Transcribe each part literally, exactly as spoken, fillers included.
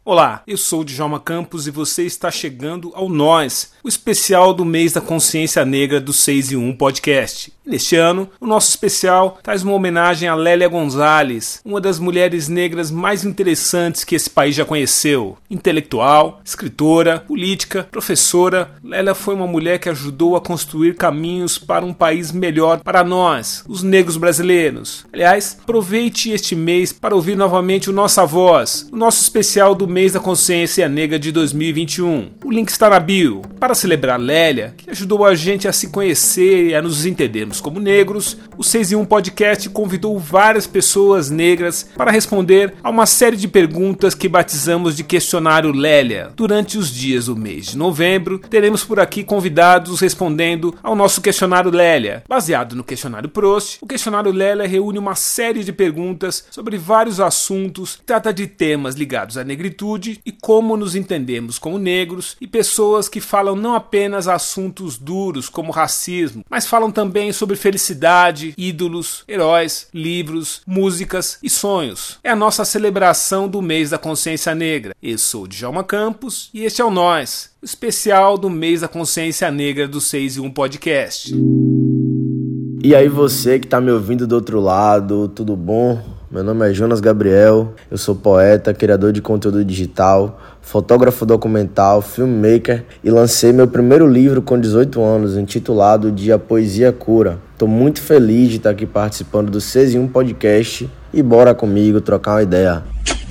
Olá, eu sou o Djalma Campos e você está chegando ao Nós, o especial do mês da consciência negra do seis e um Podcast. E neste ano, o nosso especial traz uma homenagem a Lélia Gonzalez, uma das mulheres negras mais interessantes que esse país já conheceu. Intelectual, escritora, política, professora, Lélia foi uma mulher que ajudou a construir caminhos para um país melhor para nós, os negros brasileiros. Aliás, aproveite este mês para ouvir novamente o Nossa Voz, o nosso especial do mês da consciência negra de dois mil e vinte e um. O link está na bio. Para celebrar Lélia, que ajudou a gente a se conhecer e a nos entendermos como negros, o seis e um Podcast convidou várias pessoas negras para responder a uma série de perguntas que batizamos de questionário Lélia. Durante os dias do mês de novembro, teremos por aqui convidados respondendo ao nosso questionário Lélia. Baseado no questionário Proust, o questionário Lélia reúne uma série de perguntas sobre vários assuntos, trata de temas ligados à negritude e como nos entendemos como negros, e pessoas que falam não apenas assuntos duros como racismo, mas falam também sobre felicidade, ídolos, heróis, livros, músicas e sonhos. É a nossa celebração do mês da consciência negra. Eu sou o Djalma Campos e este é o Nós, o especial do mês da consciência negra do seis e um Podcast. E aí você que tá me ouvindo do outro lado, tudo bom? Meu nome é Jonas Gabriel, eu sou poeta, criador de conteúdo digital, fotógrafo documental, filmmaker e lancei meu primeiro livro com dezoito anos, intitulado de A Poesia Cura. Estou muito feliz de estar aqui participando do seis e um Podcast e bora comigo trocar uma ideia.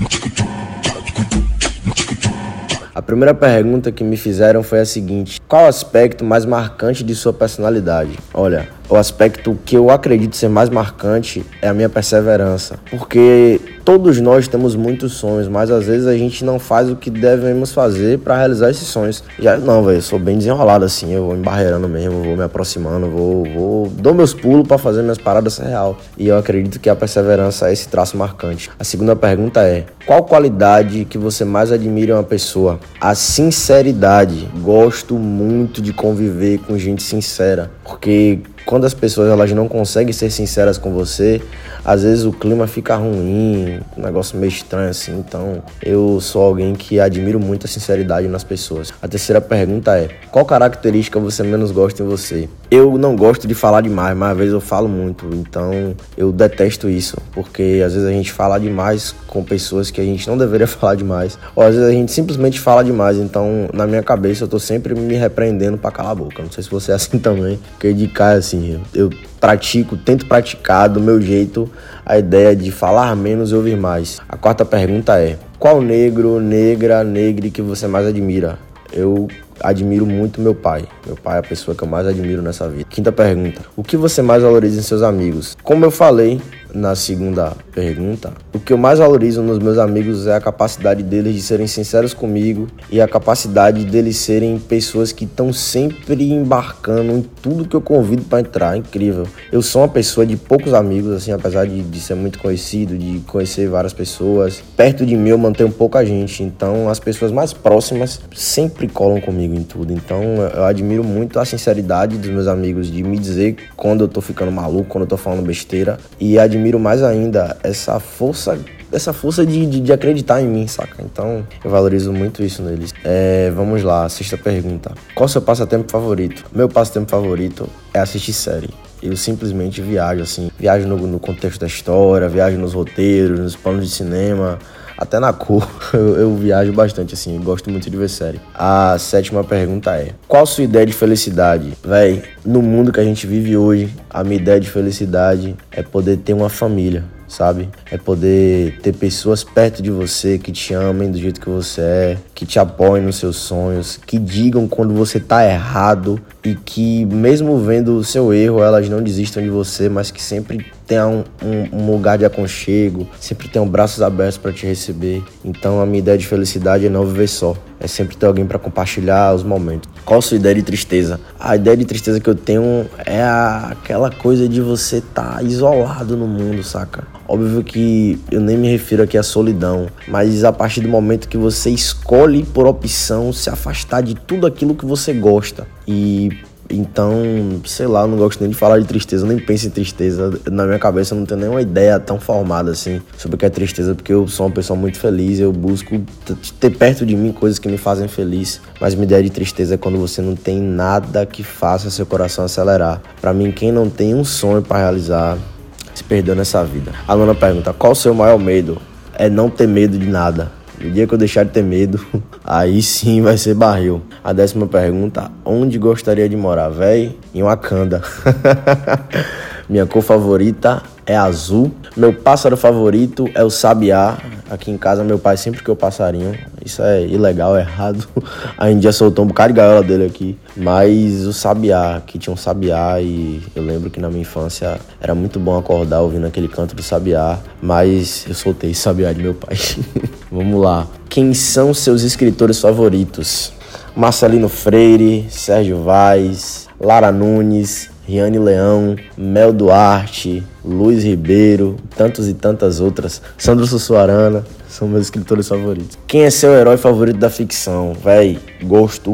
A primeira pergunta que me fizeram foi a seguinte: qual o aspecto mais marcante de sua personalidade? Olha, o aspecto que eu acredito ser mais marcante é a minha perseverança, porque todos nós temos muitos sonhos, mas às vezes a gente não faz o que devemos fazer para realizar esses sonhos. Já não, velho, eu sou bem desenrolado assim, eu vou embarreirando mesmo, vou me aproximando, vou, vou dou meus pulos para fazer minhas paradas ser real. E eu acredito que a perseverança é esse traço marcante. A segunda pergunta é: qual qualidade que você mais admira em uma pessoa? A sinceridade. Gosto muito de conviver com gente sincera, porque quando as pessoas elas não conseguem ser sinceras com você, às vezes o clima fica ruim, um negócio meio estranho assim. Então eu sou alguém que admiro muito a sinceridade nas pessoas. A terceira pergunta é: qual característica você menos gosta em você? Eu não gosto de falar demais, mas às vezes eu falo muito, então eu detesto isso, porque às vezes a gente fala demais com pessoas que a gente não deveria falar demais, ou às vezes a gente simplesmente fala demais. Então na minha cabeça eu tô sempre me repreendendo pra calar a boca. Não sei se você é assim também, porque de cara assim, eu pratico, tento praticar do meu jeito a ideia de falar menos e ouvir mais. A quarta pergunta é: qual negro, negra, negre que você mais admira? Eu admiro muito meu pai. Meu pai é a pessoa que eu mais admiro nessa vida. Quinta pergunta: o que você mais valoriza em seus amigos? Como eu falei na segunda pergunta, o que eu mais valorizo nos meus amigos é a capacidade deles de serem sinceros comigo e a capacidade deles serem pessoas que estão sempre embarcando em tudo que eu convido para entrar. Incrível. Eu sou uma pessoa de poucos amigos, assim, apesar de, de ser muito conhecido, de conhecer várias pessoas. Perto de mim eu mantenho pouca gente, então as pessoas mais próximas sempre colam comigo em tudo. Então eu admiro muito a sinceridade dos meus amigos de me dizer quando eu tô ficando maluco, quando eu tô falando besteira, e admiro mais ainda essa força essa força de, de, de acreditar em mim, saca? Então eu valorizo muito isso neles. É, vamos lá, sexta pergunta: qual o seu passatempo favorito? Meu passatempo favorito é assistir série. Eu simplesmente viajo, assim, viajo no, no contexto da história, viajo nos roteiros, nos planos de cinema, até na cor. eu, eu viajo bastante, assim, eu gosto muito de ver série. A sétima pergunta é: qual a sua ideia de felicidade? Véi, no mundo que a gente vive hoje, a minha ideia de felicidade é poder ter uma família, sabe? É poder ter pessoas perto de você que te amem do jeito que você é, que te apoiem nos seus sonhos, que digam quando você tá errado e que, mesmo vendo o seu erro, elas não desistam de você, mas que sempre tenha um, um, um lugar de aconchego, sempre tenham braços abertos para te receber. Então a minha ideia de felicidade é não viver só, é sempre ter alguém para compartilhar os momentos. Qual a sua ideia de tristeza? A ideia de tristeza que eu tenho é a, aquela coisa de você estar tá isolado no mundo, saca? Óbvio que eu nem me refiro aqui à solidão, mas a partir do momento que você escolhe por opção se afastar de tudo aquilo que você gosta e Então, sei lá, eu não gosto nem de falar de tristeza, eu nem penso em tristeza. Na minha cabeça eu não tenho nenhuma ideia tão formada assim sobre o que é tristeza, porque eu sou uma pessoa muito feliz, eu busco t- ter perto de mim coisas que me fazem feliz. Mas minha ideia de tristeza é quando você não tem nada que faça seu coração acelerar. Pra mim, quem não tem um sonho pra realizar, se perdeu nessa vida. A nona pergunta, qual o seu maior medo? É não ter medo de nada. No dia que eu deixar de ter medo, aí sim vai ser barril. A décima pergunta, onde gostaria de morar, véi? Em Wakanda. Minha cor favorita é azul. Meu pássaro favorito é o sabiá. Aqui em casa meu pai sempre que o passarinho. Isso é ilegal, é errado. A gente já soltou um bocado de gaiola dele aqui. Mas o sabiá, aqui tinha um sabiá e eu lembro que na minha infância era muito bom acordar ouvindo aquele canto do sabiá. Mas eu soltei esse sabiá de meu pai. Vamos lá. Quem são seus escritores favoritos? Marcelino Freire, Sérgio Vaz, Lara Nunes, Riane Leão, Mel Duarte, Luiz Ribeiro, tantos e tantas outras. Sandro Sussuarana, são meus escritores favoritos. Quem é seu herói favorito da ficção? Véi, gosto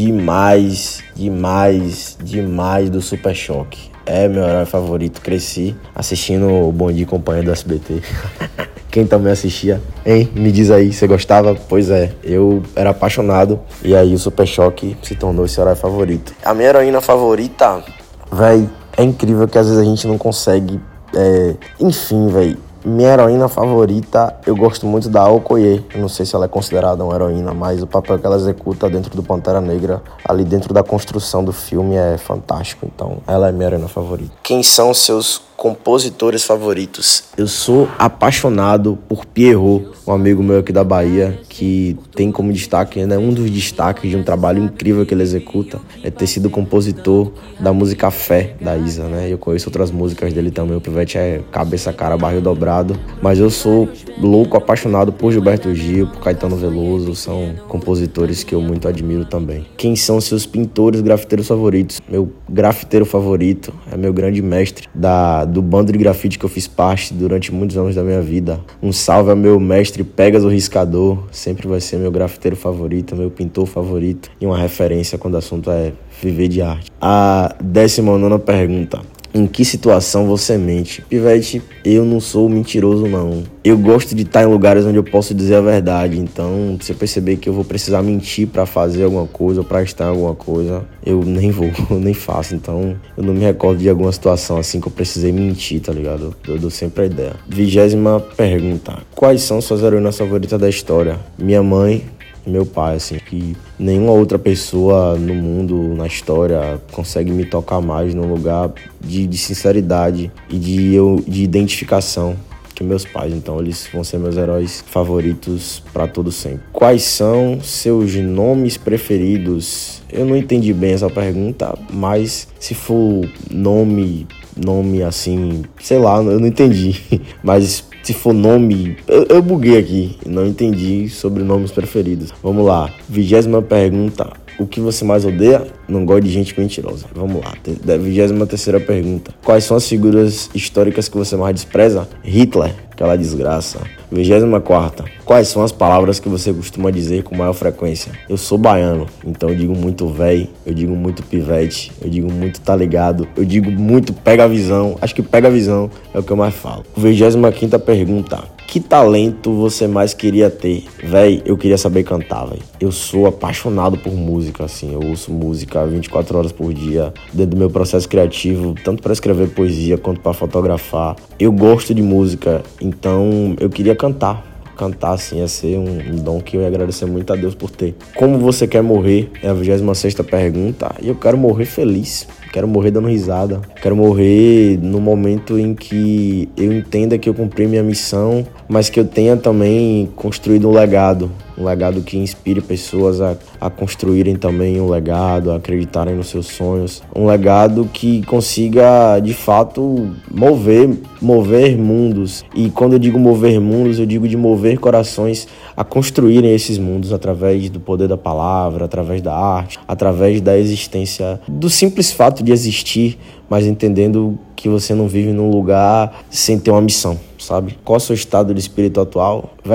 demais, demais, demais do Super Choque. É meu herói favorito. Cresci assistindo o Bom Dia e Companhia do S B T. Quem também assistia, hein? Me diz aí, você gostava? Pois é, eu era apaixonado e aí o Super Choque se tornou esse herói favorito. A minha heroína favorita, véi, é incrível que às vezes a gente não consegue, é... enfim, véi. Minha heroína favorita, eu gosto muito da Okoye. Eu não sei se ela é considerada uma heroína, mas o papel que ela executa dentro do Pantera Negra, ali dentro da construção do filme, é fantástico. Então, ela é minha heroína favorita. Quem são seus compositores favoritos? Eu sou apaixonado por Pierrot, um amigo meu aqui da Bahia, que tem como destaque, né, um dos destaques de um trabalho incrível que ele executa é ter sido compositor da música Fé, da Isa, né? Eu conheço outras músicas dele também, o pivete é cabeça, cara, barril dobrado, mas eu sou louco, apaixonado por Gilberto Gil, por Caetano Veloso, são compositores que eu muito admiro também. Quem são seus pintores, grafiteiros favoritos? Meu grafiteiro favorito é meu grande mestre da, do bando de grafite que eu fiz parte durante muitos anos da minha vida. Um salve ao meu mestre Pegas o Riscador, sempre vai ser meu grafiteiro favorito, meu pintor favorito e uma referência quando o assunto é viver de arte. A décima nona pergunta. Em que situação você mente? Pivete, eu não sou mentiroso não. Eu gosto de estar em lugares onde eu posso dizer a verdade. Então, se eu perceber que eu vou precisar mentir pra fazer alguma coisa ou pra estar em alguma coisa, eu nem vou, eu nem faço. Então, eu não me recordo de alguma situação assim que eu precisei mentir, tá ligado? Eu dou sempre a ideia. Vigésima pergunta. Quais são suas heroínas favoritas da história? Minha mãe, meu pai, assim, que nenhuma outra pessoa no mundo, na história, consegue me tocar mais num lugar de, de sinceridade e de, eu, de identificação que meus pais. Então eles vão ser meus heróis favoritos para todo sempre. Quais são seus nomes preferidos? Eu não entendi bem essa pergunta, mas se for nome, nome assim, sei lá, eu não entendi, mas se for nome, eu, eu buguei aqui, não entendi sobre nomes preferidos. Vamos lá, vigésima pergunta, o que você mais odeia? Não gosto de gente mentirosa. Vamos lá, vigésima terceira pergunta, quais são as figuras históricas que você mais despreza? Hitler, aquela desgraça. Vigésima quarta, quais são as palavras que você costuma dizer com maior frequência? Eu sou baiano, então eu digo muito véi, eu digo muito pivete, eu digo muito tá ligado, eu digo muito pega a visão, acho que pega a visão é o que eu mais falo. Vigésima quinta pergunta, que talento você mais queria ter? Véi, eu queria saber cantar, véi. Eu sou apaixonado por música, assim, eu ouço música vinte e quatro horas por dia, dentro do meu processo criativo, tanto para escrever poesia quanto para fotografar. Eu gosto de música, então eu queria cantar. Cantar, assim, ia ser um, um dom que eu ia agradecer muito a Deus por ter. Como você quer morrer? É a vigésima sexta pergunta. E eu quero morrer feliz. Quero morrer dando risada. Quero morrer no momento em que eu entenda que eu cumpri minha missão, mas que eu tenha também construído um legado. Um legado que inspire pessoas a, a construírem também um legado, a acreditarem nos seus sonhos. Um legado que consiga, de fato, mover, mover mundos. E quando eu digo mover mundos, eu digo de mover corações a construírem esses mundos através do poder da palavra, através da arte, através da existência, do simples fato de existir, mas entendendo que você não vive num lugar sem ter uma missão, sabe? Qual é o seu estado de espírito atual? Véi,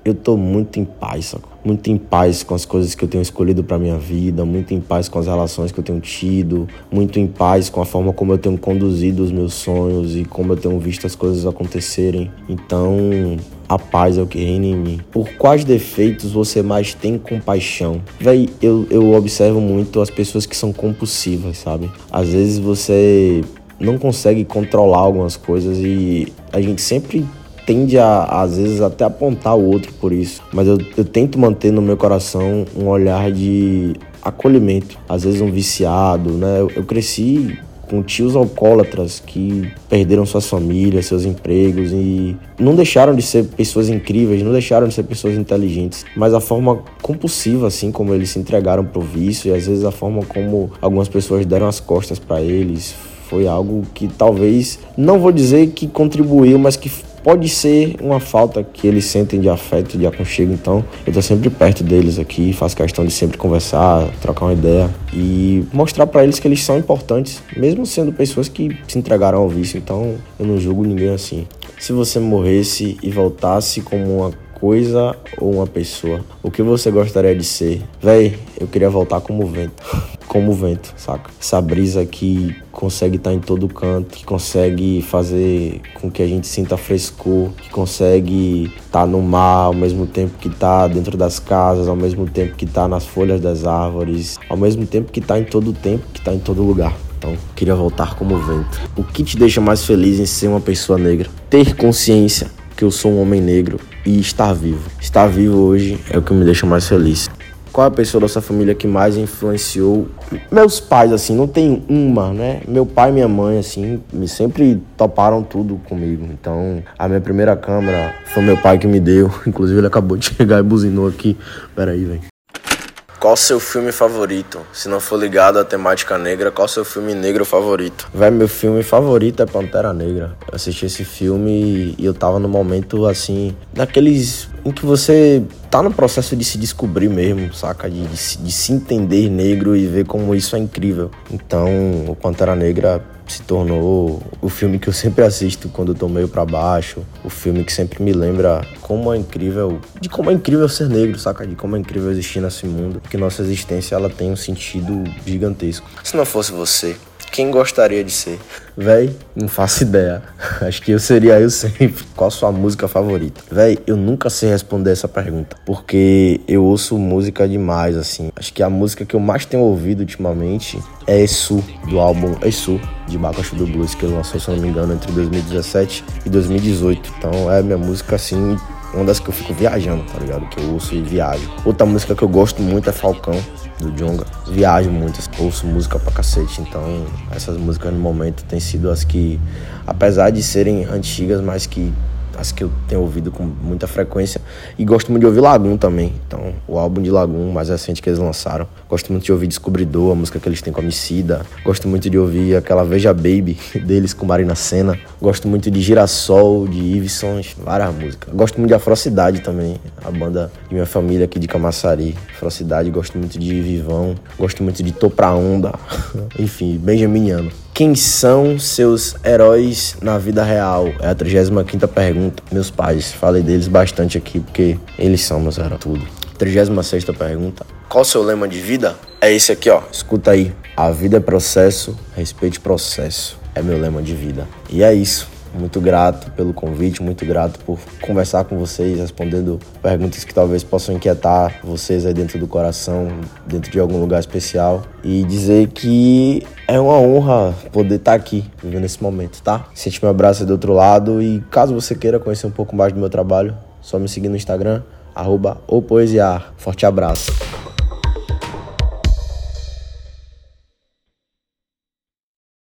eu tô muito em paz, sabe? Muito em paz com as coisas que eu tenho escolhido pra minha vida, muito em paz com as relações que eu tenho tido, muito em paz com a forma como eu tenho conduzido os meus sonhos e como eu tenho visto as coisas acontecerem. Então, a paz é o que reina em mim. Por quais defeitos você mais tem compaixão? Véi, eu, eu observo muito as pessoas que são compulsivas, sabe? Às vezes você não consegue controlar algumas coisas e a gente sempre tende a, às vezes, até apontar o outro por isso. Mas eu, eu tento manter no meu coração um olhar de acolhimento. Às vezes um viciado, né? Eu, eu cresci com tios alcoólatras que perderam suas famílias, seus empregos e não deixaram de ser pessoas incríveis, não deixaram de ser pessoas inteligentes, mas a forma compulsiva, assim, como eles se entregaram pro vício e às vezes a forma como algumas pessoas deram as costas para eles foi algo que talvez, não vou dizer que contribuiu, mas que pode ser uma falta que eles sentem de afeto, de aconchego. Então eu tô sempre perto deles aqui, faço questão de sempre conversar, trocar uma ideia e mostrar pra eles que eles são importantes, mesmo sendo pessoas que se entregaram ao vício. Então eu não julgo ninguém assim. Se você morresse e voltasse como uma coisa ou uma pessoa, o que você gostaria de ser? Véi, eu queria voltar como vento. Como vento, saca? Essa brisa que consegue estar em todo canto, que consegue fazer com que a gente sinta frescor, que consegue estar no mar ao mesmo tempo que está dentro das casas, ao mesmo tempo que está nas folhas das árvores, ao mesmo tempo que está em todo tempo, que está em todo lugar. Então, queria voltar como vento. O que te deixa mais feliz em ser uma pessoa negra? Ter consciência que eu sou um homem negro e estar vivo. Estar vivo hoje é o que me deixa mais feliz. Qual é a pessoa da sua família que mais influenciou? Meus pais, assim, não tem uma, né? Meu pai e minha mãe, assim, me sempre toparam tudo comigo. Então, a minha primeira câmera foi meu pai que me deu. Inclusive, ele acabou de chegar e buzinou aqui. Peraí, velho. Qual o seu filme favorito? Se não for ligado à temática negra, qual o seu filme negro favorito? Véi, meu filme favorito é Pantera Negra. Eu assisti esse filme e eu tava no momento, assim, daqueles em que você tá no processo de se descobrir mesmo, saca? De, de, de se entender negro e ver como isso é incrível. Então, o Pantera Negra se tornou o filme que eu sempre assisto quando eu tô meio pra baixo, o filme que sempre me lembra como é incrível, de como é incrível ser negro, saca? De como é incrível existir nesse mundo, porque nossa existência, ela tem um sentido gigantesco. Se não fosse você, quem gostaria de ser? Véi, não faço ideia. Acho que eu seria eu sempre. Qual a sua música favorita? Véi, eu nunca sei responder essa pergunta, porque eu ouço música demais, assim. Acho que a música que eu mais tenho ouvido ultimamente é Essu, do álbum Essu, de Bacaxu do Blues, que ele lançou, se eu não me engano, entre dois mil e dezessete e dois mil e dezoito. Então é a minha música, assim, uma das que eu fico viajando, tá ligado? Que eu ouço e viajo. Outra música que eu gosto muito é Falcão, do Djonga. Viajo muito, ouço música pra cacete. Então, essas músicas no momento têm sido as que, apesar de serem antigas, mas que as que eu tenho ouvido com muita frequência. E gosto muito de ouvir Lagoon também. Então, o álbum de Lagoon mais recente que eles lançaram. Gosto muito de ouvir Descobridor, a música que eles têm com a Emicida. Gosto muito de ouvir aquela Veja Baby deles com Marina Sena. Gosto muito de Girassol, de Iveson, várias músicas. Gosto muito de Afrocidade também, a banda de minha família aqui de Camaçari. Afrocidade, gosto muito de Vivão. Gosto muito de Tô Pra Onda. Enfim, benjaminiano. Quem são seus heróis na vida real? É a trigésima quinta pergunta. Meus pais, falei deles bastante aqui, porque eles são meus heróis, tudo. trigésima sexta pergunta. Qual o seu lema de vida? É esse aqui, ó. Escuta aí. A vida é processo, respeite o processo. É meu lema de vida. E é isso. Muito grato pelo convite, muito grato por conversar com vocês, respondendo perguntas que talvez possam inquietar vocês aí dentro do coração, dentro de algum lugar especial. E dizer que é uma honra poder estar aqui, vivendo esse momento, tá? Sente meu abraço aí do outro lado e caso você queira conhecer um pouco mais do meu trabalho, só me seguir no Instagram, arroba opoesiar. Forte abraço.